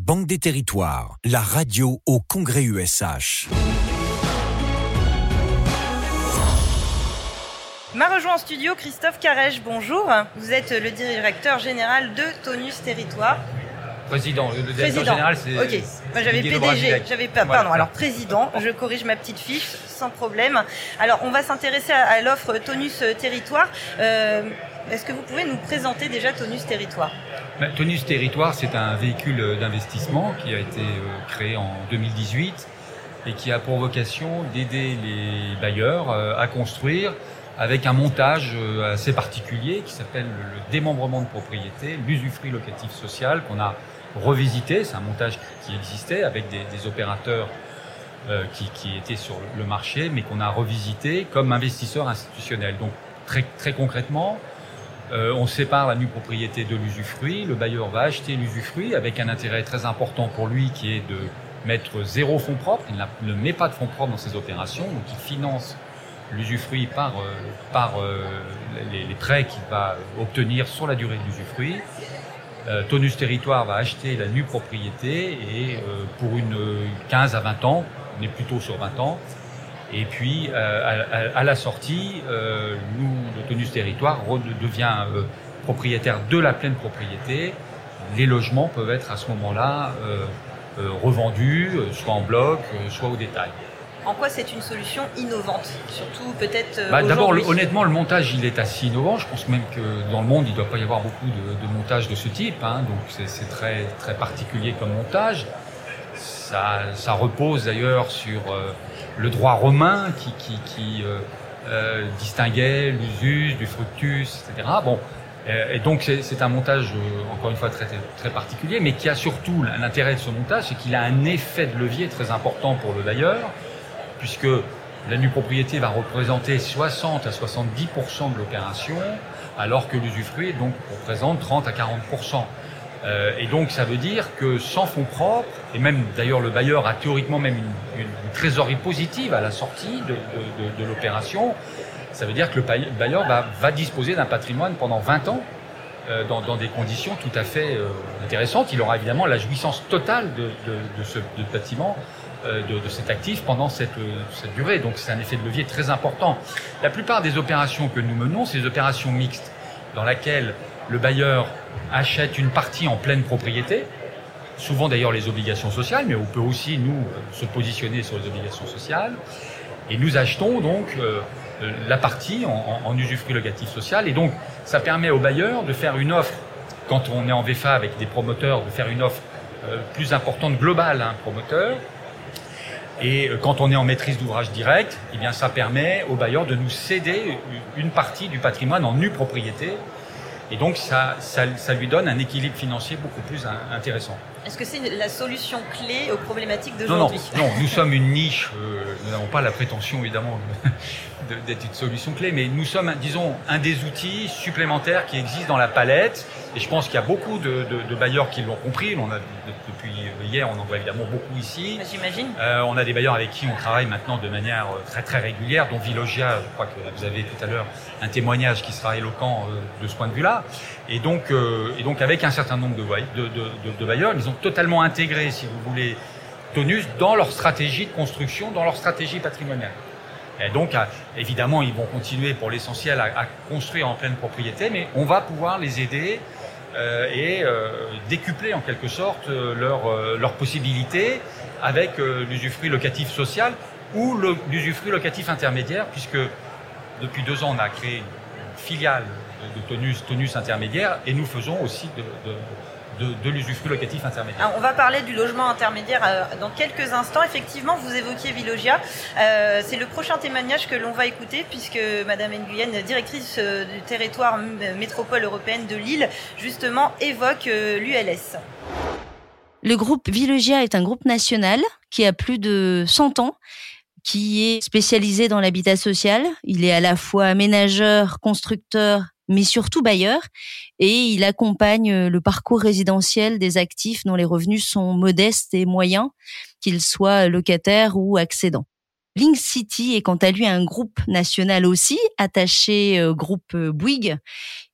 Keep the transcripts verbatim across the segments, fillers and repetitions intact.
Banque des Territoires, la radio au Congrès U S H. M'a rejoint en studio Christophe Carèche, bonjour. Vous êtes le directeur général de Tonus Territoires. Président, le directeur président. général, c'est... Ok, moi j'avais P D G, j'avais pas, pardon, alors président, je corrige ma petite fiche, sans problème. Alors on va s'intéresser à, à l'offre Tonus Territoire. Euh, est-ce que vous pouvez nous présenter déjà Tonus Territoire ? Ben, Tonus Territoire, c'est un véhicule d'investissement qui a été euh, créé en deux mille dix-huit et qui a pour vocation d'aider les bailleurs euh, à construire avec un montage euh, assez particulier qui s'appelle le démembrement de propriété, l'usufruit locatif social qu'on a revisité. C'est un montage qui existait avec des, des opérateurs euh, qui, qui étaient sur le marché, mais qu'on a revisité comme investisseur institutionnel. Donc très, très concrètement, euh, on sépare la nue propriété de l'usufruit. Le bailleur va acheter l'usufruit avec un intérêt très important pour lui qui est de mettre zéro fonds propres. Il ne met pas de fonds propres dans ses opérations, donc il finance l'usufruit par, euh, par euh, les, les prêts qu'il va obtenir sur la durée de l'usufruit. Euh, Tonus Territoire va acheter la nue propriété et euh, pour une quinze à vingt ans, on est plutôt sur vingt ans. Et puis euh, à, à, à la sortie, euh, nous, le Tonus Territoire devient euh, propriétaire de la pleine propriété. Les logements peuvent être à ce moment-là euh, euh, revendus, soit en bloc, euh, soit au détail. En quoi c'est une solution innovante, surtout peut-être euh, bah, D'abord, aujourd'hui. honnêtement, le montage, il est assez innovant. Je pense même que dans le monde, il ne doit pas y avoir beaucoup de, de montages de ce type. Hein, donc, c'est, c'est très, très particulier comme montage. Ça, ça repose d'ailleurs sur euh, le droit romain qui, qui, qui euh, euh, distinguait l'usus du fructus, et cetera. Bon, euh, et donc, c'est, c'est un montage, euh, encore une fois, très, très particulier, mais qui a surtout l'intérêt de ce montage, c'est qu'il a un effet de levier très important pour le bailleur, puisque la nue propriété va représenter soixante à soixante-dix pour cent de l'opération, alors que l'usufruit donc représente trente à quarante pour cent. Euh, et donc ça veut dire que sans fonds propres, et même d'ailleurs le bailleur a théoriquement même une, une, une trésorerie positive à la sortie de, de, de, de l'opération, ça veut dire que le bailleur va, va disposer d'un patrimoine pendant vingt ans, euh, dans, dans des conditions tout à fait euh, intéressantes. Il aura évidemment la jouissance totale de, de, de ce de bâtiment, De, de cet actif pendant cette, cette durée. Donc c'est un effet de levier très important. La plupart des opérations que nous menons, c'est des opérations mixtes dans lesquelles le bailleur achète une partie en pleine propriété, souvent d'ailleurs les obligations sociales, mais on peut aussi nous se positionner sur les obligations sociales, et nous achetons donc euh, la partie en, en, en usufruit locatif social, et donc ça permet au bailleur de faire une offre, quand on est en V F A avec des promoteurs, de faire une offre euh, plus importante, globale à un promoteur. Et quand on est en maîtrise d'ouvrage direct, eh bien ça permet au bailleur de nous céder une partie du patrimoine en nue propriété. Et donc ça, ça, ça lui donne un équilibre financier beaucoup plus intéressant. Est-ce que c'est la solution clé aux problématiques d'aujourd'hui ? Non, non, non, nous sommes une niche, euh, nous n'avons pas la prétention évidemment de, d'être une solution clé, mais nous sommes, disons, un des outils supplémentaires qui existent dans la palette. Et je pense qu'il y a beaucoup de, de, de bailleurs qui l'ont compris. On a, depuis hier, on en voit évidemment beaucoup ici. J'imagine. Euh, on a des bailleurs avec qui on travaille maintenant de manière très très régulière, dont Vilogia, je crois que vous avez tout à l'heure un témoignage qui sera éloquent euh, de ce point de vue-là. Et donc, euh, et donc avec un certain nombre de, de, de, de, de bailleurs, ils ont totalement intégré, si vous voulez, Tonus dans leur stratégie de construction, dans leur stratégie patrimoniale. Et donc, évidemment, ils vont continuer pour l'essentiel à, à construire en pleine propriété, mais on va pouvoir les aider euh, et euh, décupler en quelque sorte euh, leurs euh, leur possibilités avec euh, l'usufruit locatif social ou le, l'usufruit locatif intermédiaire, puisque depuis deux ans, on a créé une filiale de, de Tonus, Tonus intermédiaire, et nous faisons aussi de, de De, de l'usufruit locatif intermédiaire. Alors, on va parler du logement intermédiaire euh, dans quelques instants. Effectivement, vous évoquiez Vilogia. Euh, c'est le prochain témoignage que l'on va écouter, puisque Madame Nguyen, directrice euh, du territoire m- métropole européenne de Lille, justement évoque euh, l'U L S. Le groupe Vilogia est un groupe national qui a plus de cent ans, qui est spécialisé dans l'habitat social. Il est à la fois aménageur, constructeur, mais surtout bailleur, et il accompagne le parcours résidentiel des actifs dont les revenus sont modestes et moyens, qu'ils soient locataires ou accédants. Link City est quant à lui un groupe national aussi, attaché au groupe Bouygues.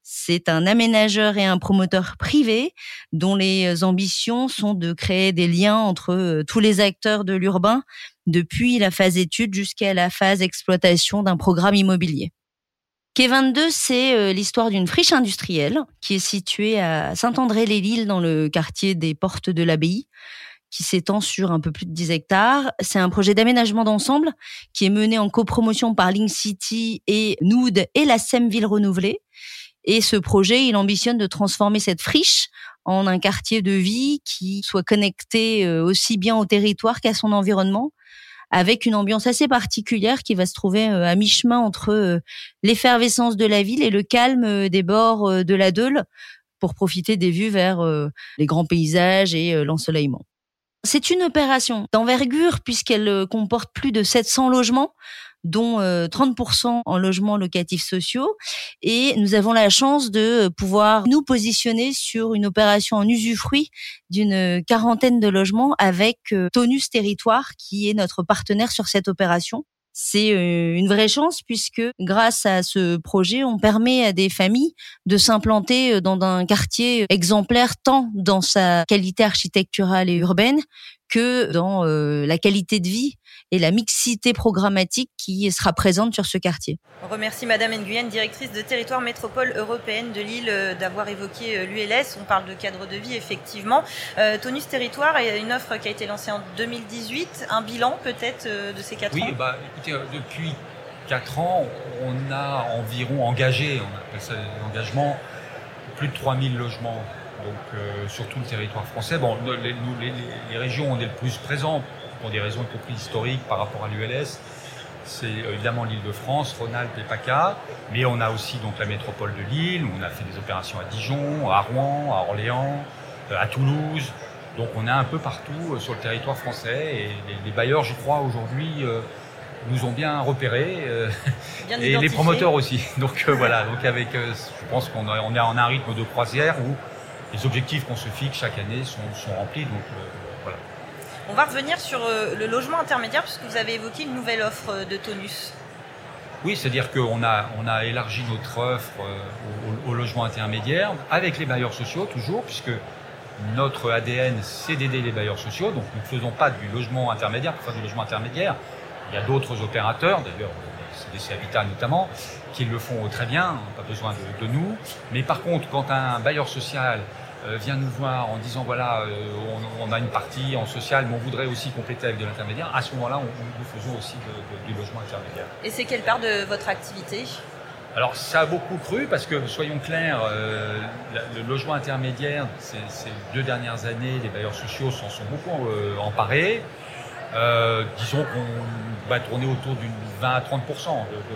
C'est un aménageur et un promoteur privé dont les ambitions sont de créer des liens entre tous les acteurs de l'urbain, depuis la phase étude jusqu'à la phase exploitation d'un programme immobilier. Quai vingt-deux, c'est l'histoire d'une friche industrielle qui est située à Saint-André-les-Lilles dans le quartier des Portes de l'Abbaye, qui s'étend sur un peu plus de dix hectares. C'est un projet d'aménagement d'ensemble qui est mené en copromotion par Link City et Noud et la S E M Ville Renouvelée. Et ce projet, il ambitionne de transformer cette friche en un quartier de vie qui soit connecté aussi bien au territoire qu'à son environnement, avec une ambiance assez particulière qui va se trouver à mi-chemin entre l'effervescence de la ville et le calme des bords de la Deule, pour profiter des vues vers les grands paysages et l'ensoleillement. C'est une opération d'envergure puisqu'elle comporte plus de sept cents logements, dont trente pour cent en logements locatifs sociaux. Et nous avons la chance de pouvoir nous positionner sur une opération en usufruit d'une quarantaine de logements avec Tonus Territoire, qui est notre partenaire sur cette opération. C'est une vraie chance puisque grâce à ce projet, on permet à des familles de s'implanter dans un quartier exemplaire tant dans sa qualité architecturale et urbaine que dans la qualité de vie et la mixité programmatique qui sera présente sur ce quartier. On remercie Madame Nguyen, directrice de territoire métropole européenne de Lille, d'avoir évoqué l'U L S. On parle de cadre de vie, effectivement. Euh, Tonus Territoire est une offre qui a été lancée en deux mille dix-huit. Un bilan peut-être de ces quatre oui, ans ? Oui, bah, écoutez, depuis quatre ans, on a environ engagé, on appelle ça des engagements, plus de trois mille logements. Donc euh, sur tout le territoire français. Bon, les, nous, les, les régions où on est le plus présents, pour des raisons y compris historiques par rapport à l'U L S, c'est évidemment l'Île-de-France, Rhône-Alpes et PACA, mais on a aussi donc la métropole de Lille, où on a fait des opérations à Dijon, à Rouen, à Orléans, à Toulouse. Donc on est un peu partout sur le territoire français et les, les bailleurs, je crois, aujourd'hui euh, nous ont bien repérés euh, bien et les promoteurs aussi. Donc euh, voilà, donc avec, euh, je pense qu'on a, on a, on a un rythme de croisière où les objectifs qu'on se fixe chaque année sont, sont remplis, donc euh, voilà. On va revenir sur euh, le logement intermédiaire, puisque vous avez évoqué une nouvelle offre de Tonus. Oui, c'est-à-dire qu'on a, on a élargi notre offre euh, au, au logement intermédiaire, avec les bailleurs sociaux toujours, puisque notre A D N, c'est d'aider les bailleurs sociaux, donc nous ne faisons pas du logement intermédiaire pour faire du logement intermédiaire. Il y a d'autres opérateurs, d'ailleurs, C D C Habitat notamment, qui le font très bien, pas besoin de, de nous. Mais par contre, quand un bailleur social euh, vient nous voir en disant voilà, euh, on, on a une partie en social, mais on voudrait aussi compléter avec de l'intermédiaire, à ce moment-là, on, nous faisons aussi de, de, du logement intermédiaire. Et c'est quelle part de votre activité ? Alors ça a beaucoup cru parce que, soyons clairs, euh, le logement intermédiaire, ces, ces deux dernières années, les bailleurs sociaux s'en sont beaucoup euh, emparés. Euh, disons qu'on va tourner autour d'une vingt à trente pour cent de,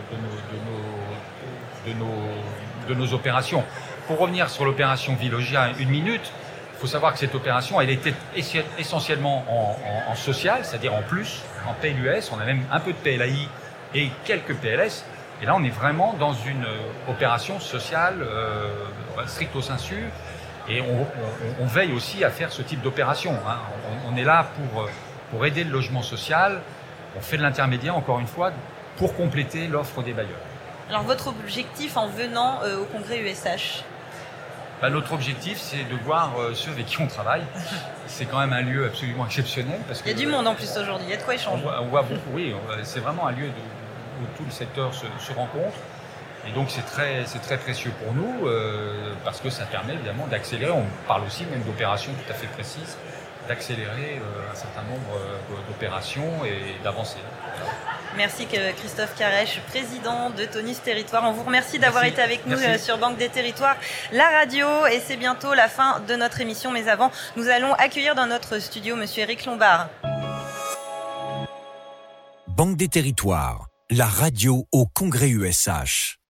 de, de, nos, de, nos, de, nos, de nos opérations. Pour revenir sur l'opération Vilogia, une minute, il faut savoir que cette opération, elle était essentiellement en, en, en social, c'est-à-dire en plus, en P L U S, on a même un peu de P L A I et quelques P L S. Et là, on est vraiment dans une opération sociale euh, stricto sensu, et on, on, on veille aussi à faire ce type d'opération. Hein. On, on est là pour, pour aider le logement social. On fait de l'intermédiaire, encore une fois, pour compléter l'offre des bailleurs. Alors, votre objectif en venant euh, au congrès U S H ? Bah, notre objectif, c'est de voir euh, ceux avec qui on travaille. C'est quand même un lieu absolument exceptionnel. Parce que, il y a du monde en plus aujourd'hui, il y a de quoi échanger. On voit, on voit beaucoup, oui, c'est vraiment un lieu de... où tout le secteur se, se rencontre. Et donc c'est très, c'est très précieux pour nous euh, parce que ça permet évidemment d'accélérer, on parle aussi même d'opérations tout à fait précises, d'accélérer euh, un certain nombre euh, d'opérations et d'avancer. Merci Christophe Carèche, président de Tonus Territoire. On vous remercie d'avoir Merci. été avec nous Merci. sur Banque des Territoires, la radio, et c'est bientôt la fin de notre émission. Mais avant, nous allons accueillir dans notre studio Monsieur Éric Lombard. Banque des Territoires, la radio au congrès U S H.